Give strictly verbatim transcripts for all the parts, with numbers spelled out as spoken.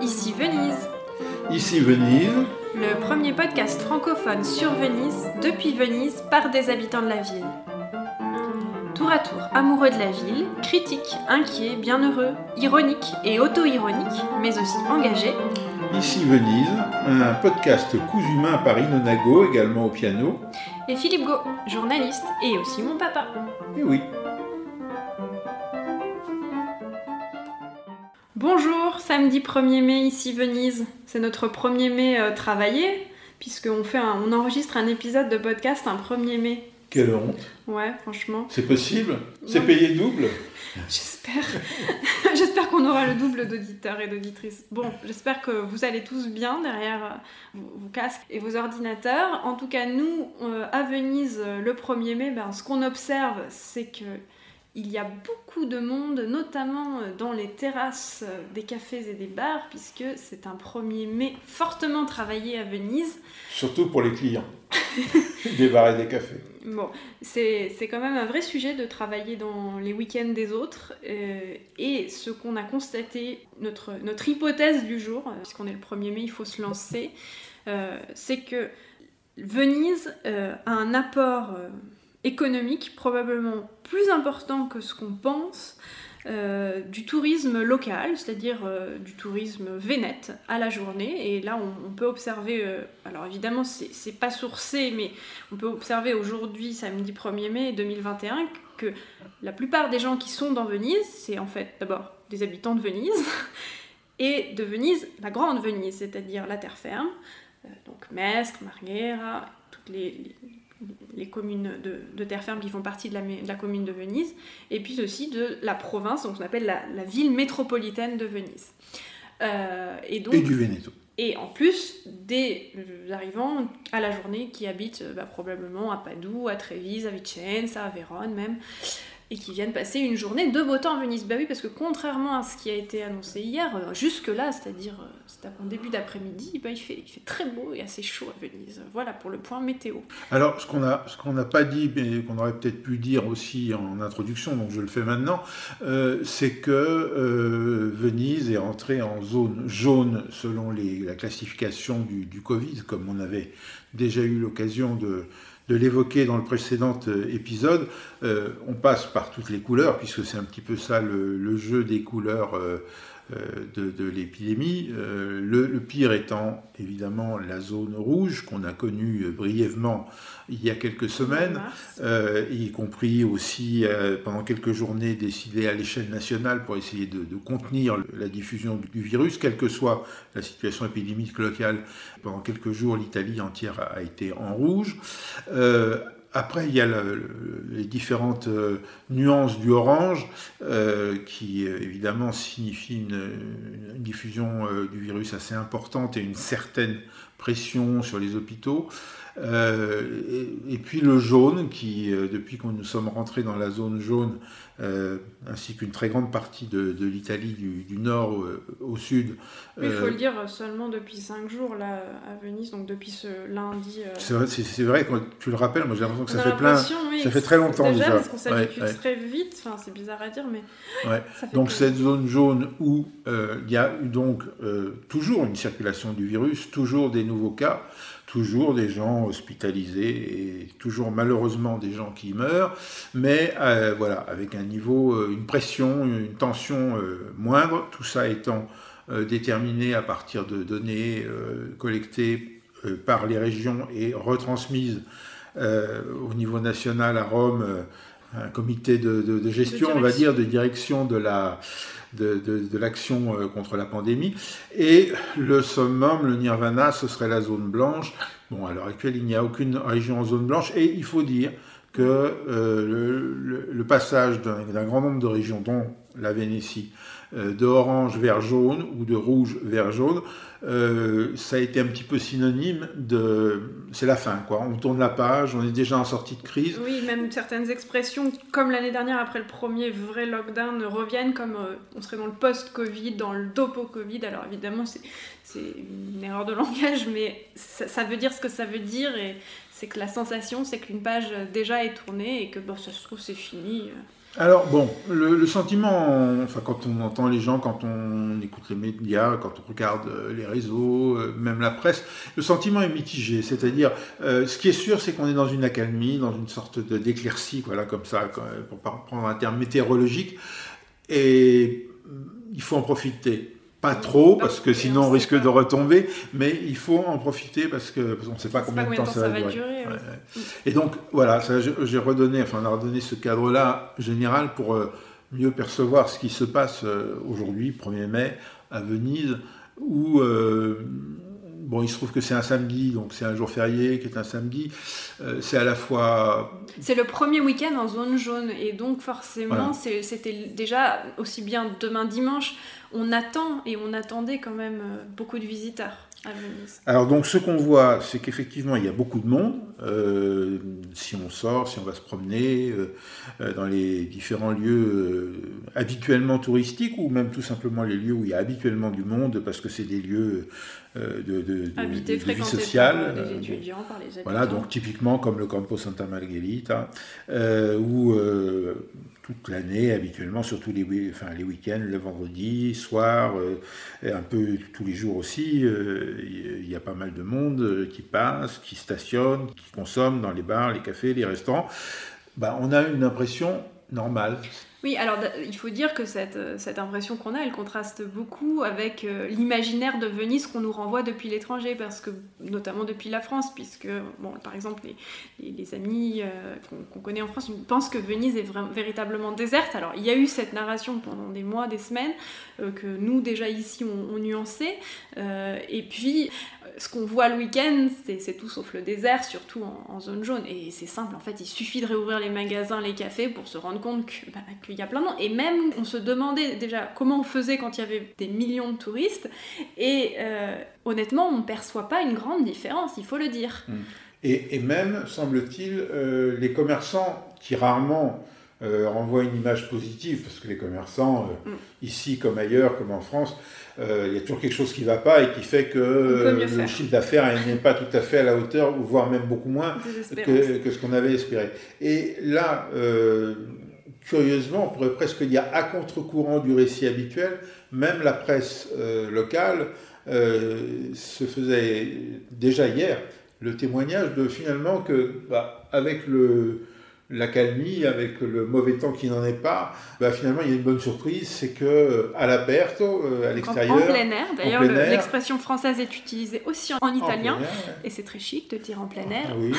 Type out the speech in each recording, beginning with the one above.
Ici Venise. Ici Venise. Le premier podcast francophone sur Venise, depuis Venise, par des habitants de la ville. Tour à tour amoureux de la ville, critiques, inquiets, bienheureux, ironiques et auto-ironiques, mais aussi engagés. Ici Venise, un podcast cousu main par Ino Nago, également au piano. Et Philippe Gau, journaliste et aussi mon papa. Et oui. Bonjour, samedi premier mai, ici Venise. C'est notre premier mai euh, travaillé, puisqu'on fait un, on enregistre un épisode de podcast un premier mai. Quelle honte. Ouais, franchement. C'est possible ? Non. C'est payé double ? J'espère. J'espère qu'on aura le double d'auditeurs et d'auditrices. Bon, j'espère que vous allez tous bien derrière euh, vos, vos casques et vos ordinateurs. En tout cas, nous, euh, à Venise, euh, le premier mai, ben, ce qu'on observe, c'est que il y a beaucoup de monde, notamment dans les terrasses des cafés et des bars, puisque c'est un premier mai fortement travaillé à Venise. Surtout pour les clients des bars et des cafés. Bon, c'est, c'est quand même un vrai sujet de travailler dans les week-ends des autres. Euh, et ce qu'on a constaté, notre, notre hypothèse du jour, puisqu'on est le premier mai, il faut se lancer, euh, c'est que Venise euh, a un apport euh, économique probablement plus important que ce qu'on pense euh, du tourisme local, c'est-à-dire euh, du tourisme vénète à la journée. Et là, on, on peut observer, euh, alors évidemment, c'est, c'est pas sourcé, mais on peut observer aujourd'hui, samedi premier mai deux mille vingt et un, que la plupart des gens qui sont dans Venise, c'est en fait d'abord des habitants de Venise, et de Venise, la grande Venise, c'est-à-dire la terre ferme, euh, donc Mestre, Marghera, toutes les... les les communes de, de terre ferme qui font partie de la, de la commune de Venise, et puis aussi de la province, donc on appelle la, la ville métropolitaine de Venise. Euh, et, donc, et du Veneto. Et en plus des arrivants à la journée qui habitent bah, probablement à Padoue, à Trévise, à Vicenza, à Vérone même, et qui viennent passer une journée de beau temps à Venise. Bah oui, parce que contrairement à ce qui a été annoncé hier, euh, jusque-là, c'est-à-dire euh, c'est en début d'après-midi, bah, il, fait, il fait très beau et assez chaud à Venise. Voilà pour le point météo. Alors, ce qu'on a, ce qu'on n'a pas dit, mais qu'on aurait peut-être pu dire aussi en introduction, donc je le fais maintenant, euh, c'est que euh, Venise est entrée en zone jaune selon les, la classification du, du Covid, comme on avait déjà eu l'occasion de... de l'évoquer dans le précédent épisode. Euh, on passe par toutes les couleurs, puisque c'est un petit peu ça le, le jeu des couleurs euh, de, de l'épidémie. Euh, le, le pire étant évidemment la zone rouge, qu'on a connue brièvement il y a quelques semaines, euh, y compris aussi euh, pendant quelques journées décidées à l'échelle nationale pour essayer de, de contenir la diffusion du, du virus, quelle que soit la situation épidémique locale. Pendant quelques jours, l'Italie entière a, a été en rouge. Euh, Après, il y a le, le, les différentes euh, nuances du orange, euh, qui euh, évidemment signifient une, une diffusion euh, du virus assez importante et une certaine pression sur les hôpitaux. Euh, et, et puis le jaune, qui, euh, depuis que nous sommes rentrés dans la zone jaune, euh, ainsi qu'une très grande partie de, de l'Italie, du, du nord au, au sud. Mais il faut euh, le dire seulement depuis cinq jours là, à Venise, donc depuis ce lundi. Euh... C'est, vrai, c'est, c'est vrai, quand tu le rappelles, moi j'ai l'impression que ça fait plein, oui, ça fait très longtemps déjà. déjà. Parce qu'on s'habitue ouais, ouais. très vite, enfin, c'est bizarre à dire, mais... Ouais. Donc cette zone jaune où euh, il y a eu donc euh, toujours une circulation du virus, toujours des nouveaux cas, toujours des gens hospitalisés et toujours malheureusement des gens qui meurent, mais euh, voilà, avec un niveau, euh, une pression, une tension euh, moindre, tout ça étant euh, déterminé à partir de données euh, collectées euh, par les régions et retransmises euh, au niveau national à Rome, euh, un comité de, de, de gestion, de on va dire, de direction de la... De, de, de l'action euh, contre la pandémie. Et le summum, le nirvana, ce serait la zone blanche. Bon, à l'heure actuelle, il n'y a aucune région en zone blanche. Et il faut dire que euh, le, le, le passage d'un, d'un grand nombre de régions, dont la Vénétie, euh, de orange vers jaune ou de rouge vers jaune, euh, ça a été un petit peu synonyme de... C'est la fin, quoi. On tourne la page, on est déjà en sortie de crise. Oui, même certaines expressions, comme l'année dernière, après le premier vrai lockdown, reviennent comme euh, on serait dans le post-Covid, dans le dopo-Covid. Alors évidemment, c'est, c'est une erreur de langage, mais ça, ça veut dire ce que ça veut dire, et c'est que la sensation, c'est qu'une page déjà est tournée et que bon, ça se trouve, c'est fini. Alors bon, le, le sentiment, enfin quand on entend les gens, quand on écoute les médias, quand on regarde les réseaux, même la presse, le sentiment est mitigé. C'est-à-dire, euh, ce qui est sûr, c'est qu'on est dans une accalmie, dans une sorte de, d'éclaircie, voilà, comme ça, pour prendre un terme météorologique, et il faut en profiter. Pas trop, parce que sinon on risque de retomber, mais il faut en profiter parce que parce qu'on ne sait pas combien de temps ça va durer. durer ouais. Ouais. Et donc voilà, ça, j'ai redonné, enfin on a redonné ce cadre-là général pour euh, mieux percevoir ce qui se passe euh, aujourd'hui, premier mai, à Venise, où euh, bon, il se trouve que c'est un samedi, donc c'est un jour férié qui est un samedi. Euh, c'est à la fois... C'est le premier week-end en zone jaune, et donc forcément, voilà. c'est, c'était déjà aussi bien demain dimanche. On attend et on attendait quand même beaucoup de visiteurs à Venise. Alors donc ce qu'on voit, c'est qu'effectivement il y a beaucoup de monde. Euh, si on sort, si on va se promener euh, dans les différents lieux euh, habituellement touristiques, ou même tout simplement les lieux où il y a habituellement du monde, parce que c'est des lieux euh, de, de, de, Habité, de, de vie sociale. Par les étudiants, par les habitants. Voilà, donc typiquement comme le Campo Santa Margherita, euh, où euh, toute l'année, habituellement, surtout les, enfin, les week-ends, le vendredi, soir, euh, et un peu tous les jours aussi, euh, il y a pas mal de monde qui passe, qui stationne, qui consomme dans les bars, les cafés, les restaurants. Ben, on a une impression normale. Oui, alors il faut dire que cette, cette impression qu'on a, elle contraste beaucoup avec euh, l'imaginaire de Venise qu'on nous renvoie depuis l'étranger, parce que, notamment depuis la France, puisque, bon, par exemple, les, les, les amis euh, qu'on, qu'on connaît en France pensent que Venise est vra- véritablement déserte. Alors, il y a eu cette narration pendant des mois, des semaines, euh, que nous, déjà ici, on, on nuançait, euh, et puis, ce qu'on voit le week-end, c'est, c'est tout sauf le désert, surtout en, en zone jaune, et c'est simple, en fait, il suffit de réouvrir les magasins, les cafés, pour se rendre compte que, bah, que il y a plein de monde. Et même, on se demandait déjà comment on faisait quand il y avait des millions de touristes. Et euh, honnêtement, on ne perçoit pas une grande différence, il faut le dire. Et, et même, semble-t-il, euh, les commerçants qui rarement euh, renvoient une image positive, parce que les commerçants, euh, mm. ici comme ailleurs, comme en France, euh, il y a toujours quelque chose qui ne va pas et qui fait que euh, le faire. chiffre d'affaires n'est pas tout à fait à la hauteur, voire même beaucoup moins que, que ce qu'on avait espéré. Et là... Euh, curieusement, on pourrait presque dire à contre-courant du récit habituel, même la presse euh, locale euh, se faisait déjà hier le témoignage de finalement que, bah, avec le, l'accalmie, avec le mauvais temps qui n'en est pas, bah, finalement il y a une bonne surprise, c'est que à l'aperto, euh, à l'extérieur, en plein air, d'ailleurs plein le, air, l'expression française est utilisée aussi en, en italien, en air, ouais. Et c'est très chic de dire en plein air. Ah, oui.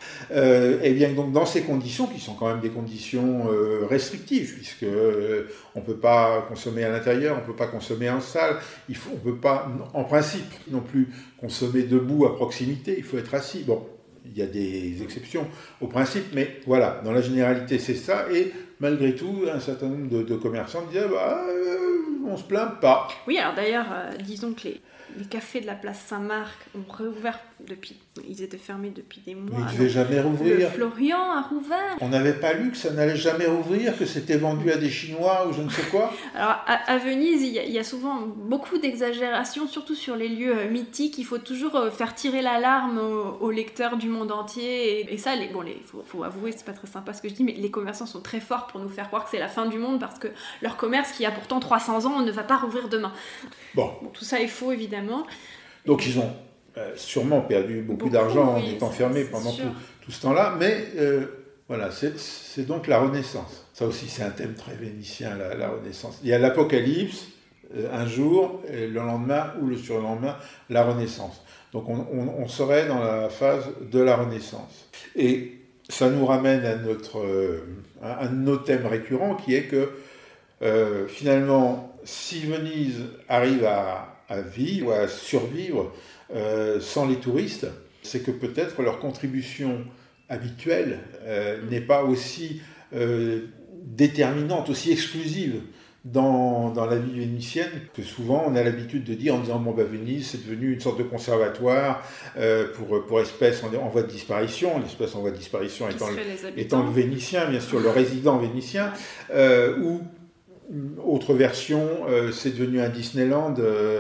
euh, et bien donc dans ces conditions, qui sont quand même des conditions euh, restrictives, puisque euh, on ne peut pas consommer à l'intérieur, on ne peut pas consommer en salle, il faut, on ne peut pas, en principe, non plus consommer debout à proximité, il faut être assis. Bon. Il y a des exceptions au principe, mais voilà, dans la généralité, c'est ça. Et malgré tout, un certain nombre de, de commerçants disaient bah, euh, on ne se plaint pas. Oui, alors d'ailleurs, euh, disons que les, les cafés de la place Saint-Marc ont réouvert depuis. Ils étaient fermés depuis des mois. Mais ils ne devaient jamais rouvrir. Le Florian a rouvert. On n'avait pas lu que ça n'allait jamais rouvrir, que c'était vendu à des Chinois ou je ne sais quoi. Alors, à, à Venise, il y, a, il y a souvent beaucoup d'exagérations, surtout sur les lieux euh, mythiques. Il faut toujours euh, faire tirer l'alarme aux, aux lecteurs du monde entier. Et, et ça, il bon, faut, faut avouer, c'est pas très sympa ce que je dis, mais les commerçants sont très forts pour nous faire croire que c'est la fin du monde parce que leur commerce, qui a pourtant trois cents ans, ne va pas rouvrir demain. Bon. Bon, tout ça est faux, évidemment. Donc, ils ont euh, sûrement perdu beaucoup, beaucoup d'argent oui, en étant fermés pendant tout, tout ce temps-là, mais euh, voilà, c'est, c'est donc la Renaissance. Ça aussi, c'est un thème très vénitien, la, la Renaissance. Il y a l'Apocalypse, euh, un jour, et le lendemain ou le surlendemain, la Renaissance. Donc, on, on, on serait dans la phase de la Renaissance. Et ça nous ramène à, notre, euh, à un de nos thèmes récurrents, qui est que, euh, finalement, si Venise arrive à, à vivre, à survivre, Euh, sans les touristes, c'est que peut-être leur contribution habituelle euh, n'est pas aussi euh, déterminante, aussi exclusive dans, dans la vie vénitienne, que souvent on a l'habitude de dire en disant bon bah Venise c'est devenu une sorte de conservatoire euh, pour, pour espèces en, en voie de disparition, l'espèce en voie de disparition étant le, étant le vénitien, bien sûr, le résident vénitien, euh, ou autre version, euh, c'est devenu un Disneyland euh,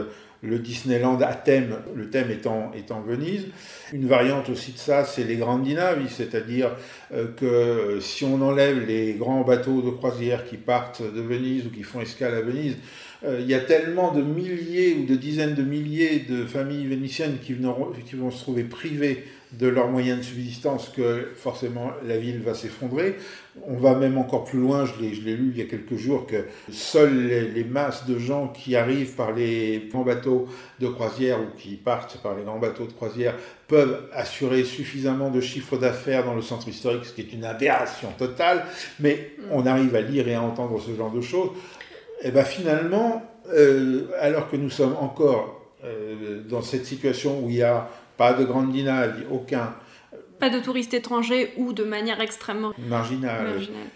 le Disneyland à thème, le thème étant, étant Venise. Une variante aussi de ça, c'est les grandi navi, c'est-à-dire euh, que si on enlève les grands bateaux de croisière qui partent de Venise ou qui font escale à Venise, euh, il y a tellement de milliers ou de dizaines de milliers de familles vénitiennes qui, veneront, qui vont se trouver privées de leurs moyens de subsistance que forcément la ville va s'effondrer. On va même encore plus loin, je l'ai, je l'ai lu il y a quelques jours, que seules les, les masses de gens qui arrivent par les grands bateaux de croisière ou qui partent par les grands bateaux de croisière peuvent assurer suffisamment de chiffre d'affaires dans le centre historique, ce qui est une aberration totale, mais on arrive à lire et à entendre ce genre de choses. Et bien finalement, euh, alors que nous sommes encore euh, dans cette situation où il y a pas de grandi navi, aucun. Pas de touristes étrangers ou de manière extrêmement marginale. marginale.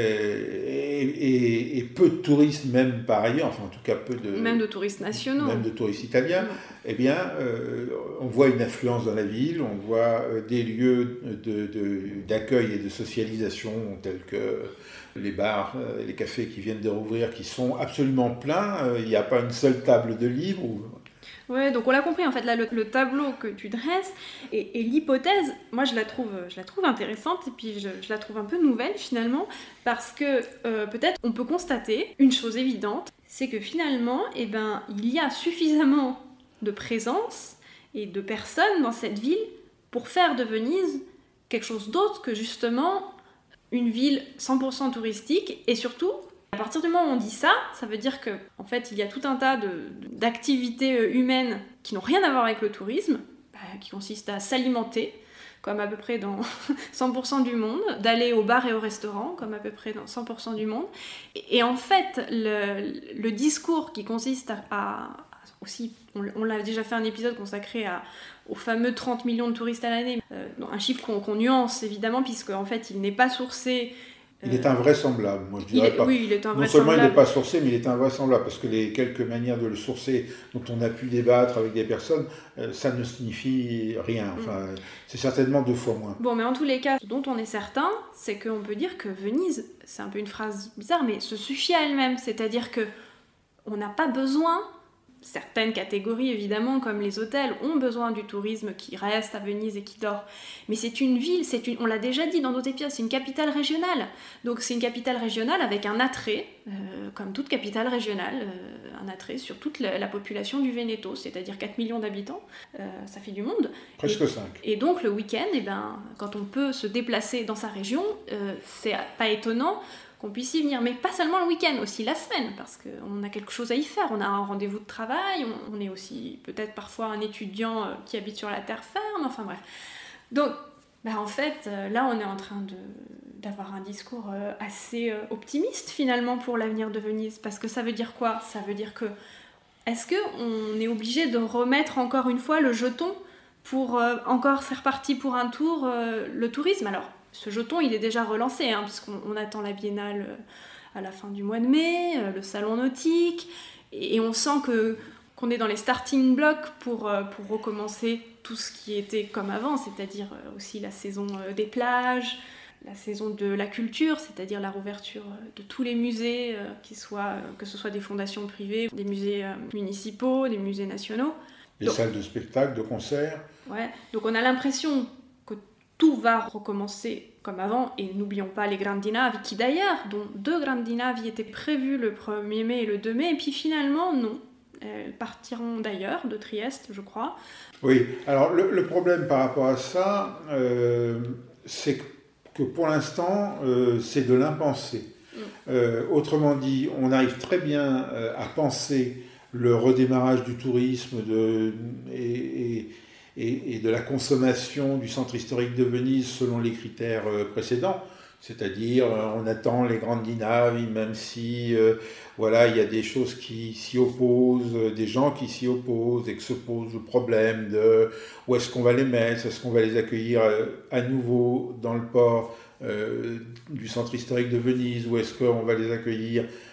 Et, et, et peu de touristes, même par ailleurs, enfin en tout cas peu de. Même de touristes nationaux. Même de touristes italiens. Mmh. Eh bien, euh, on voit une affluence dans la ville, on voit des lieux de, de, d'accueil et de socialisation tels que les bars, les cafés qui viennent de rouvrir, qui sont absolument pleins. Il n'y a pas une seule table de livres. Ou... Ouais, donc on l'a compris, en fait, là, le, le tableau que tu dresses et, et l'hypothèse, moi, je la trouve, je la trouve intéressante et puis je, je la trouve un peu nouvelle, finalement, parce que euh, peut-être on peut constater une chose évidente, c'est que finalement, eh ben, il y a suffisamment de présence et de personnes dans cette ville pour faire de Venise quelque chose d'autre que, justement, une ville cent pour cent touristique et surtout... À partir du moment où on dit ça, ça veut dire qu'en en fait, il y a tout un tas de, d'activités humaines qui n'ont rien à voir avec le tourisme, bah, qui consistent à s'alimenter, comme à peu près dans cent pour cent du monde, d'aller au bar et au restaurant, comme à peu près dans cent pour cent du monde. Et, et en fait, le, le discours qui consiste à... à aussi, on, on l'a déjà fait un épisode consacré à, aux fameux trente millions de touristes à l'année, euh, un chiffre qu'on, qu'on nuance évidemment, puisque en fait, il n'est pas sourcé... Il est invraisemblable, moi je dirais il est, pas. Oui, il est invraisemblable. Non seulement il n'est pas sourcé, mais il est invraisemblable, parce que les quelques manières de le sourcer dont on a pu débattre avec des personnes, euh, ça ne signifie rien. Enfin, mm. c'est certainement deux fois moins. Bon, mais en tous les cas, ce dont on est certain, c'est qu'on peut dire que Venise, c'est un peu une phrase bizarre, mais se suffit à elle-même. C'est-à-dire que on n'a pas besoin... Certaines catégories, évidemment, comme les hôtels, ont besoin du tourisme qui reste à Venise et qui dort. Mais c'est une ville, c'est une, on l'a déjà dit dans d'autres épisodes, c'est une capitale régionale. Donc c'est une capitale régionale avec un attrait, euh, comme toute capitale régionale, euh, un attrait sur toute la, la population du Veneto, c'est-à-dire quatre millions d'habitants, euh, ça fait du monde. Presque et, cinq. Et donc le week-end, eh ben, quand on peut se déplacer dans sa région, euh, c'est pas étonnant qu'on puisse y venir, mais pas seulement le week-end, aussi la semaine, parce qu'on a quelque chose à y faire, on a un rendez-vous de travail, on, on est aussi peut-être parfois un étudiant euh, qui habite sur la terre ferme, enfin bref. Donc, bah en fait, euh, là on est en train de, d'avoir un discours euh, assez euh, optimiste finalement pour l'avenir de Venise, parce que ça veut dire quoi ? Ça veut dire que, est-ce qu'on est obligé de remettre encore une fois le jeton pour euh, encore faire partie pour un tour euh, le tourisme ? Alors, ce jeton, il est déjà relancé, hein, puisqu'on on attend la biennale à la fin du mois de mai, le salon nautique, et, et on sent que, qu'on est dans les starting blocks pour, pour recommencer tout ce qui était comme avant, c'est-à-dire aussi la saison des plages, la saison de la culture, c'est-à-dire la rouverture de tous les musées, qui soient, que ce soit des fondations privées, des musées municipaux, des musées nationaux. Des donc, salles de spectacle, de concerts. Ouais, donc on a l'impression tout va recommencer comme avant, et n'oublions pas les grandi navi, qui d'ailleurs, dont deux grandi navi étaient prévus le premier mai et le deux mai, et puis finalement, non. Elles partiront d'ailleurs, de Trieste, je crois. Oui, alors le, le problème par rapport à ça, euh, c'est que pour l'instant, euh, c'est de l'impensé. Mm. Euh, autrement dit, on arrive très bien euh, à penser le redémarrage du tourisme de, et, et Et, et de la consommation du centre historique de Venise selon les critères euh, précédents, c'est-à-dire euh, on attend les grandi navi, même si euh, voilà, il y a des choses qui s'y opposent, euh, des gens qui s'y opposent, et que se pose le problème de où est-ce qu'on va les mettre, est-ce qu'on va les accueillir euh, à nouveau dans le port euh, du centre historique de Venise, ou est-ce qu'on va les accueillir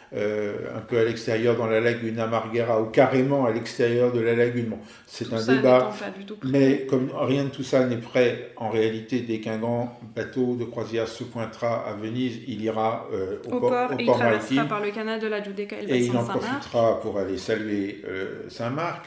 euh, un peu à l'extérieur dans la lagune à Marghera ou carrément à l'extérieur de la lagune. Bon, c'est tout un ça débat, pas du tout prêt. Mais comme rien de tout ça n'est prêt, en réalité, dès qu'un grand bateau de croisière se pointera à Venise, il ira euh, au, au port, port, au et port il traversera maritime par le canal de la Giudecca et le et il bassin en de Saint-Marc. profitera pour aller saluer euh, Saint-Marc.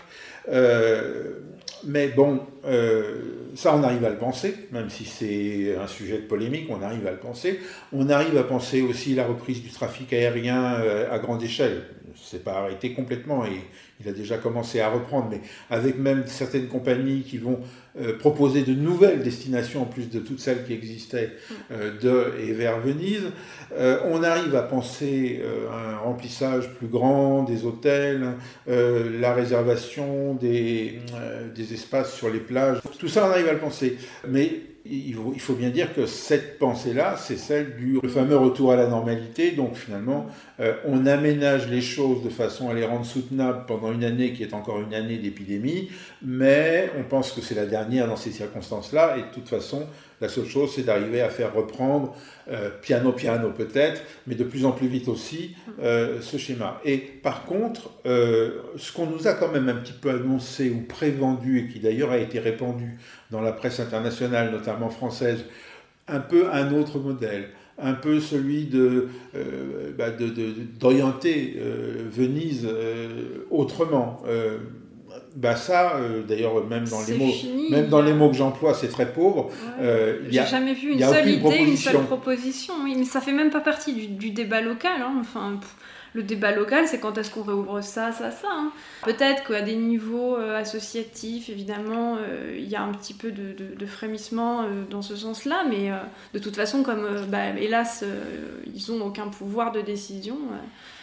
Euh, mais bon, euh, ça on arrive à le penser, même si c'est un sujet de polémique, on arrive à le penser. On arrive à penser aussi la reprise du trafic aérien euh, à grande échelle. C'est pas arrêté complètement et il a déjà commencé à reprendre, mais avec même certaines compagnies qui vont euh, proposer de nouvelles destinations en plus de toutes celles qui existaient euh, de et vers Venise. Euh, on arrive à penser euh, un remplissage plus grand des hôtels, euh, la réservation des, euh, des espaces sur les plages. Tout ça, on arrive à le penser. Mais il faut, il faut bien dire que cette pensée-là, c'est celle du le fameux retour à la normalité. Donc finalement, euh, on aménage les choses de façon à les rendre soutenables pendant une année qui est encore une année d'épidémie, mais on pense que c'est la dernière dans ces circonstances-là, et de toute façon, la seule chose, c'est d'arriver à faire reprendre, euh, piano piano peut-être, mais de plus en plus vite aussi, euh, ce schéma. Et par contre, euh, ce qu'on nous a quand même un petit peu annoncé ou prévendu, et qui d'ailleurs a été répandu dans la presse internationale, notamment française, un peu un autre modèle, un peu celui de, euh, bah de, de, d'orienter euh, Venise euh, autrement. Euh, bah ça, euh, d'ailleurs, même dans, les mots, fini, même dans a... les mots que j'emploie, c'est très pauvre. Ouais, euh, J'ai a, jamais vu une seule idée, une seule proposition. Oui, mais ça fait même pas partie du, du débat local. Hein. Enfin, pff, le débat local, c'est quand est-ce qu'on réouvre ça, ça, ça. Hein. Peut-être qu'à des niveaux euh, associatifs, évidemment, il euh, y a un petit peu de, de, de frémissement euh, dans ce sens-là, mais euh, de toute façon, comme, euh, bah, hélas, euh, ils n'ont aucun pouvoir de décision... Euh,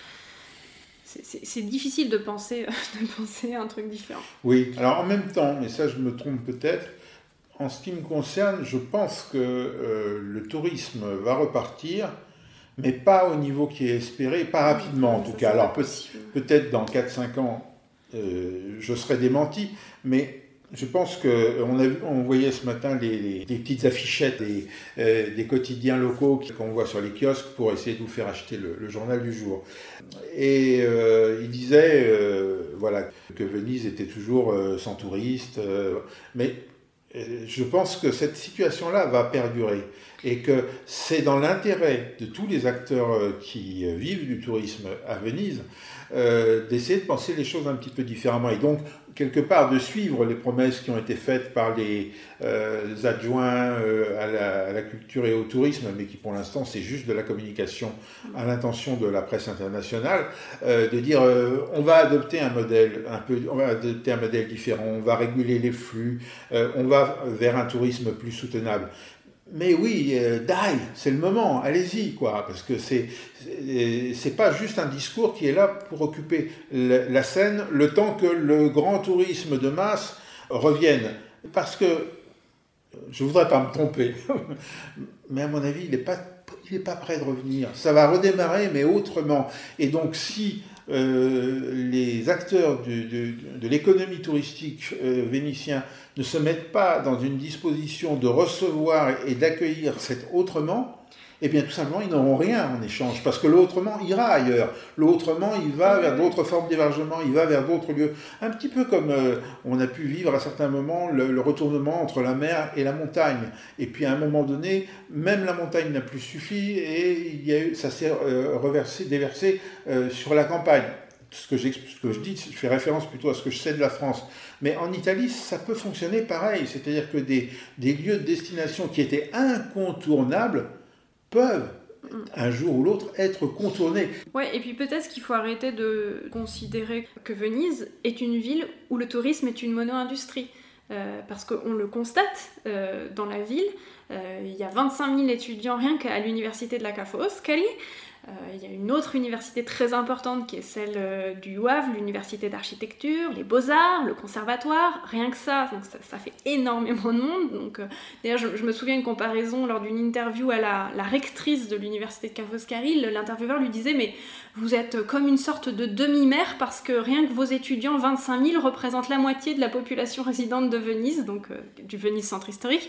C'est, c'est, c'est difficile de penser, de penser un truc différent. Oui, alors en même temps, mais ça je me trompe peut-être, en ce qui me concerne, je pense que euh, le tourisme va repartir, mais pas au niveau qui est espéré, pas rapidement en tout cas. Alors peut, peut-être dans quatre cinq ans, euh, je serai démenti, mais je pense qu'on a vu, on voyait ce matin les, les, les petites affichettes des, euh, des quotidiens locaux qu'on voit sur les kiosques pour essayer de vous faire acheter le, le journal du jour. Et euh, il disait euh, voilà, que Venise était toujours euh, sans touristes, euh, mais euh, je pense que cette situation-là va perdurer et que c'est dans l'intérêt de tous les acteurs euh, qui euh, vivent du tourisme à Venise euh, d'essayer de penser les choses un petit peu différemment et donc quelque part de suivre les promesses qui ont été faites par les euh, adjoints euh, à, la, à la culture et au tourisme, mais qui pour l'instant c'est juste de la communication à l'intention de la presse internationale, euh, de dire euh, on va adopter un modèle un peu, on va adopter un modèle différent, on va réguler les flux, euh, on va vers un tourisme plus soutenable. Mais oui, euh, die, c'est le moment, allez-y, quoi, parce que c'est, c'est, c'est pas juste un discours qui est là pour occuper la, la scène le temps que le grand tourisme de masse revienne. Parce que, je voudrais pas me tromper, mais à mon avis, il n'est pas, il est pas prêt de revenir. Ça va redémarrer, mais autrement. Et donc, si euh, les acteurs du, du, de l'économie touristique euh, vénitien ne se mettent pas dans une disposition de recevoir et d'accueillir cet autrement, eh bien tout simplement ils n'auront rien en échange, parce que l'autrement ira ailleurs, l'autrement il va vers d'autres formes d'hébergement, il va vers d'autres lieux, un petit peu comme euh, on a pu vivre à certains moments le, le retournement entre la mer et la montagne, et puis à un moment donné, même la montagne n'a plus suffi, et il y a eu, ça s'est euh, reversé, déversé euh, sur la campagne. Ce que, ce que je dis, je fais référence plutôt à ce que je sais de la France. Mais en Italie, ça peut fonctionner pareil. C'est-à-dire que des, des lieux de destination qui étaient incontournables peuvent, un jour ou l'autre, être contournés. Ouais, et puis peut-être qu'il faut arrêter de considérer que Venise est une ville où le tourisme est une mono-industrie. Euh, parce qu'on le constate euh, dans la ville. Euh, il y a vingt-cinq mille étudiants rien qu'à l'université de la Ca' Foscari. Euh, il y a une autre université très importante qui est celle euh, du U A V, l'université d'architecture, les beaux-arts, le conservatoire, rien que ça, donc ça, ça fait énormément de monde. Donc, euh, d'ailleurs, je, je me souviens d'une comparaison lors d'une interview à la, la rectrice de l'université de Ca' Foscari. L'intervieweur lui disait « mais vous êtes comme une sorte de demi-maire parce que rien que vos étudiants, vingt-cinq mille, représentent la moitié de la population résidente de Venise, donc euh, du Venise centre historique.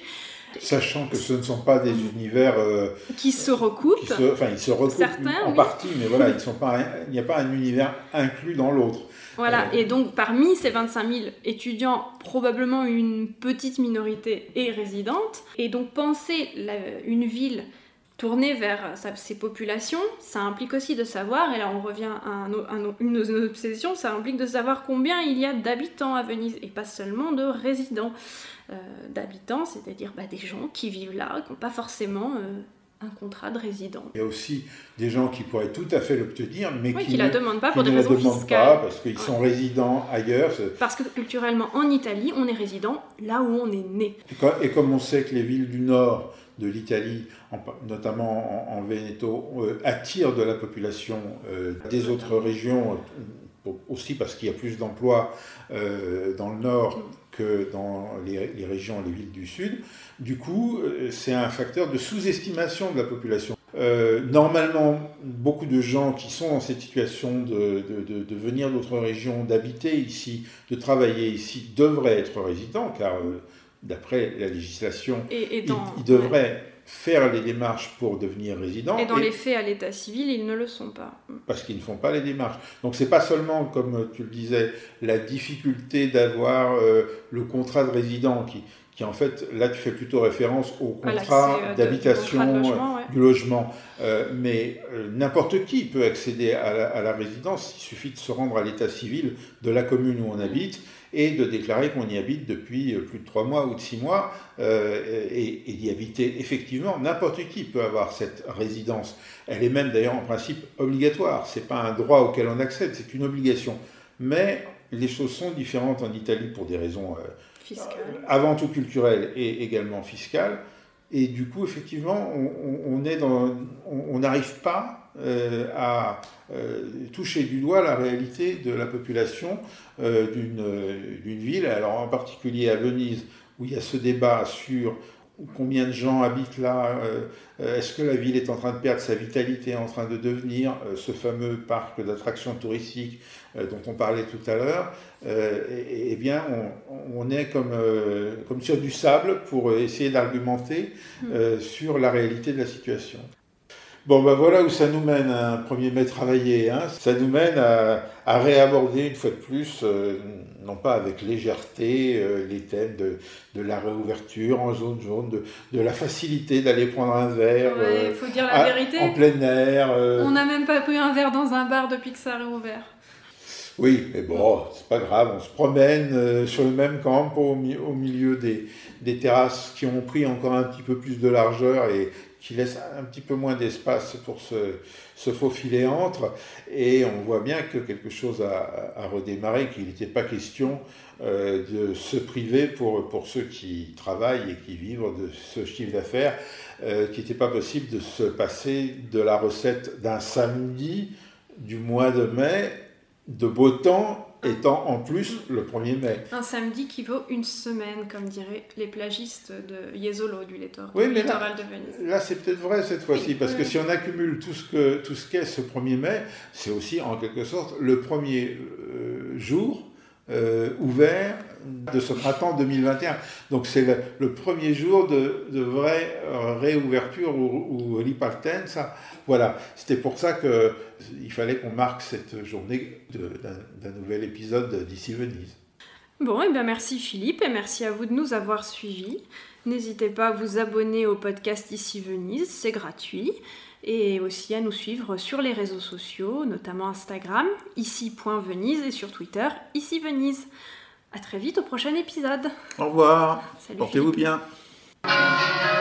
Sachant que ce ne sont pas des univers euh, qui se recoupent. Qui se, enfin, ils se recoupent certains, en oui. partie, mais voilà, ils sont pas, il n'y a pas un univers inclus dans l'autre. Voilà, euh, et donc parmi ces vingt-cinq mille étudiants, probablement une petite minorité est résidente. Et donc penser la, une ville tournée vers sa, ses populations, ça implique aussi de savoir, et là on revient à un, un, une de nos obsessions, ça implique de savoir combien il y a d'habitants à Venise, et pas seulement de résidents. Euh, d'habitants, c'est-à-dire bah, des gens qui vivent là, qui n'ont pas forcément euh, un contrat de résident. Il y a aussi des gens qui pourraient tout à fait l'obtenir, mais oui, qui, qui ne la demandent pas qui pour ne des la raisons demandent fiscales. pas parce qu'ils sont ouais. résidents ailleurs. C'est... Parce que culturellement, en Italie, on est résident là où on est né. Et, quand, et comme on sait que les villes du nord de l'Italie, en, notamment en, en Veneto, euh, attirent de la population euh, des autres régions, euh, aussi parce qu'il y a plus d'emplois euh, dans le nord que dans les, les régions, les villes du sud. Du coup, euh, c'est un facteur de sous-estimation de la population. Euh, normalement, beaucoup de gens qui sont dans cette situation de, de, de, de venir d'autres régions, d'habiter ici, de travailler ici, devraient être résidents, car euh, d'après la législation, et, et dans, ils, ils devraient ouais. faire les démarches pour devenir résidents. Et dans et, les faits, à l'état civil, ils ne le sont pas. Parce qu'ils ne font pas les démarches. Donc c'est pas seulement, comme tu le disais, la difficulté d'avoir euh, le contrat de résident qui... qui en fait, là tu fais plutôt référence au contrat euh, d'habitation, de, logement, ouais. du logement. Euh, mais euh, n'importe qui peut accéder à la, à la résidence, il suffit de se rendre à l'état civil de la commune où on habite et de déclarer qu'on y habite depuis plus de trois mois ou de six mois euh, et, et d'y habiter effectivement. N'importe qui peut avoir cette résidence. Elle est même d'ailleurs en principe obligatoire. Ce n'est pas un droit auquel on accède, c'est une obligation. Mais les choses sont différentes en Italie pour des raisons... Euh, Fiscale. Avant tout culturel et également fiscal. Et du coup, effectivement, on, on est dans, on n'arrive pas euh, à euh, toucher du doigt la réalité de la population euh, d'une, d'une ville. Alors en particulier à Venise, où il y a ce débat sur combien de gens habitent là, euh, est-ce que la ville est en train de perdre sa vitalité, en train de devenir euh, ce fameux parc d'attractions touristiques euh, dont on parlait tout à l'heure. Euh, et, et bien, on, on est comme, euh, comme sur du sable pour essayer d'argumenter euh, sur la réalité de la situation. Bon, ben voilà où ça nous mène, un premier mai travaillé. Hein. Ça nous mène à, à réaborder une fois de plus, euh, non pas avec légèreté, euh, les thèmes de, de la réouverture en zone jaune, de, de la facilité d'aller prendre un verre ouais, euh, faut dire la à, vérité. en plein air. Euh... On n'a même pas pris un verre dans un bar depuis que ça a réouvert. Oui, mais bon, c'est pas grave, on se promène euh, sur le même camp au, mi- au milieu des, des terrasses qui ont pris encore un petit peu plus de largeur et qui laissent un petit peu moins d'espace pour se, se faufiler entre. Et on voit bien que quelque chose a, a redémarré, qu'il n'était pas question euh, de se priver pour, pour ceux qui travaillent et qui vivent de ce chiffre d'affaires, euh, qu'il n'était pas possible de se passer de la recette d'un samedi du mois de mai, de beau temps, étant en plus le premier mai. Un samedi qui vaut une semaine, comme diraient les plagistes de Jesolo, du littoral, oui, du mais littoral là, de Venise. Là, c'est peut-être vrai cette fois-ci, oui, parce oui. que si on accumule tout ce, que, tout ce qu'est ce premier mai, c'est aussi en quelque sorte le premier euh, jour euh, ouvert de ce printemps deux mille vingt et un. Donc c'est le, le premier jour de, de vraie euh, réouverture ou, ou ripartenza. Voilà, c'était pour ça qu'il fallait qu'on marque cette journée de, d'un, d'un nouvel épisode d'Ici Venise. Bon, et bien merci Philippe, et merci à vous de nous avoir suivis. N'hésitez pas à vous abonner au podcast Ici Venise, c'est gratuit. Et aussi à nous suivre sur les réseaux sociaux, notamment Instagram, ici point venise, et sur Twitter, Ici Venise. À très vite au prochain épisode. Au revoir. Salut Portez-vous Philippe. bien.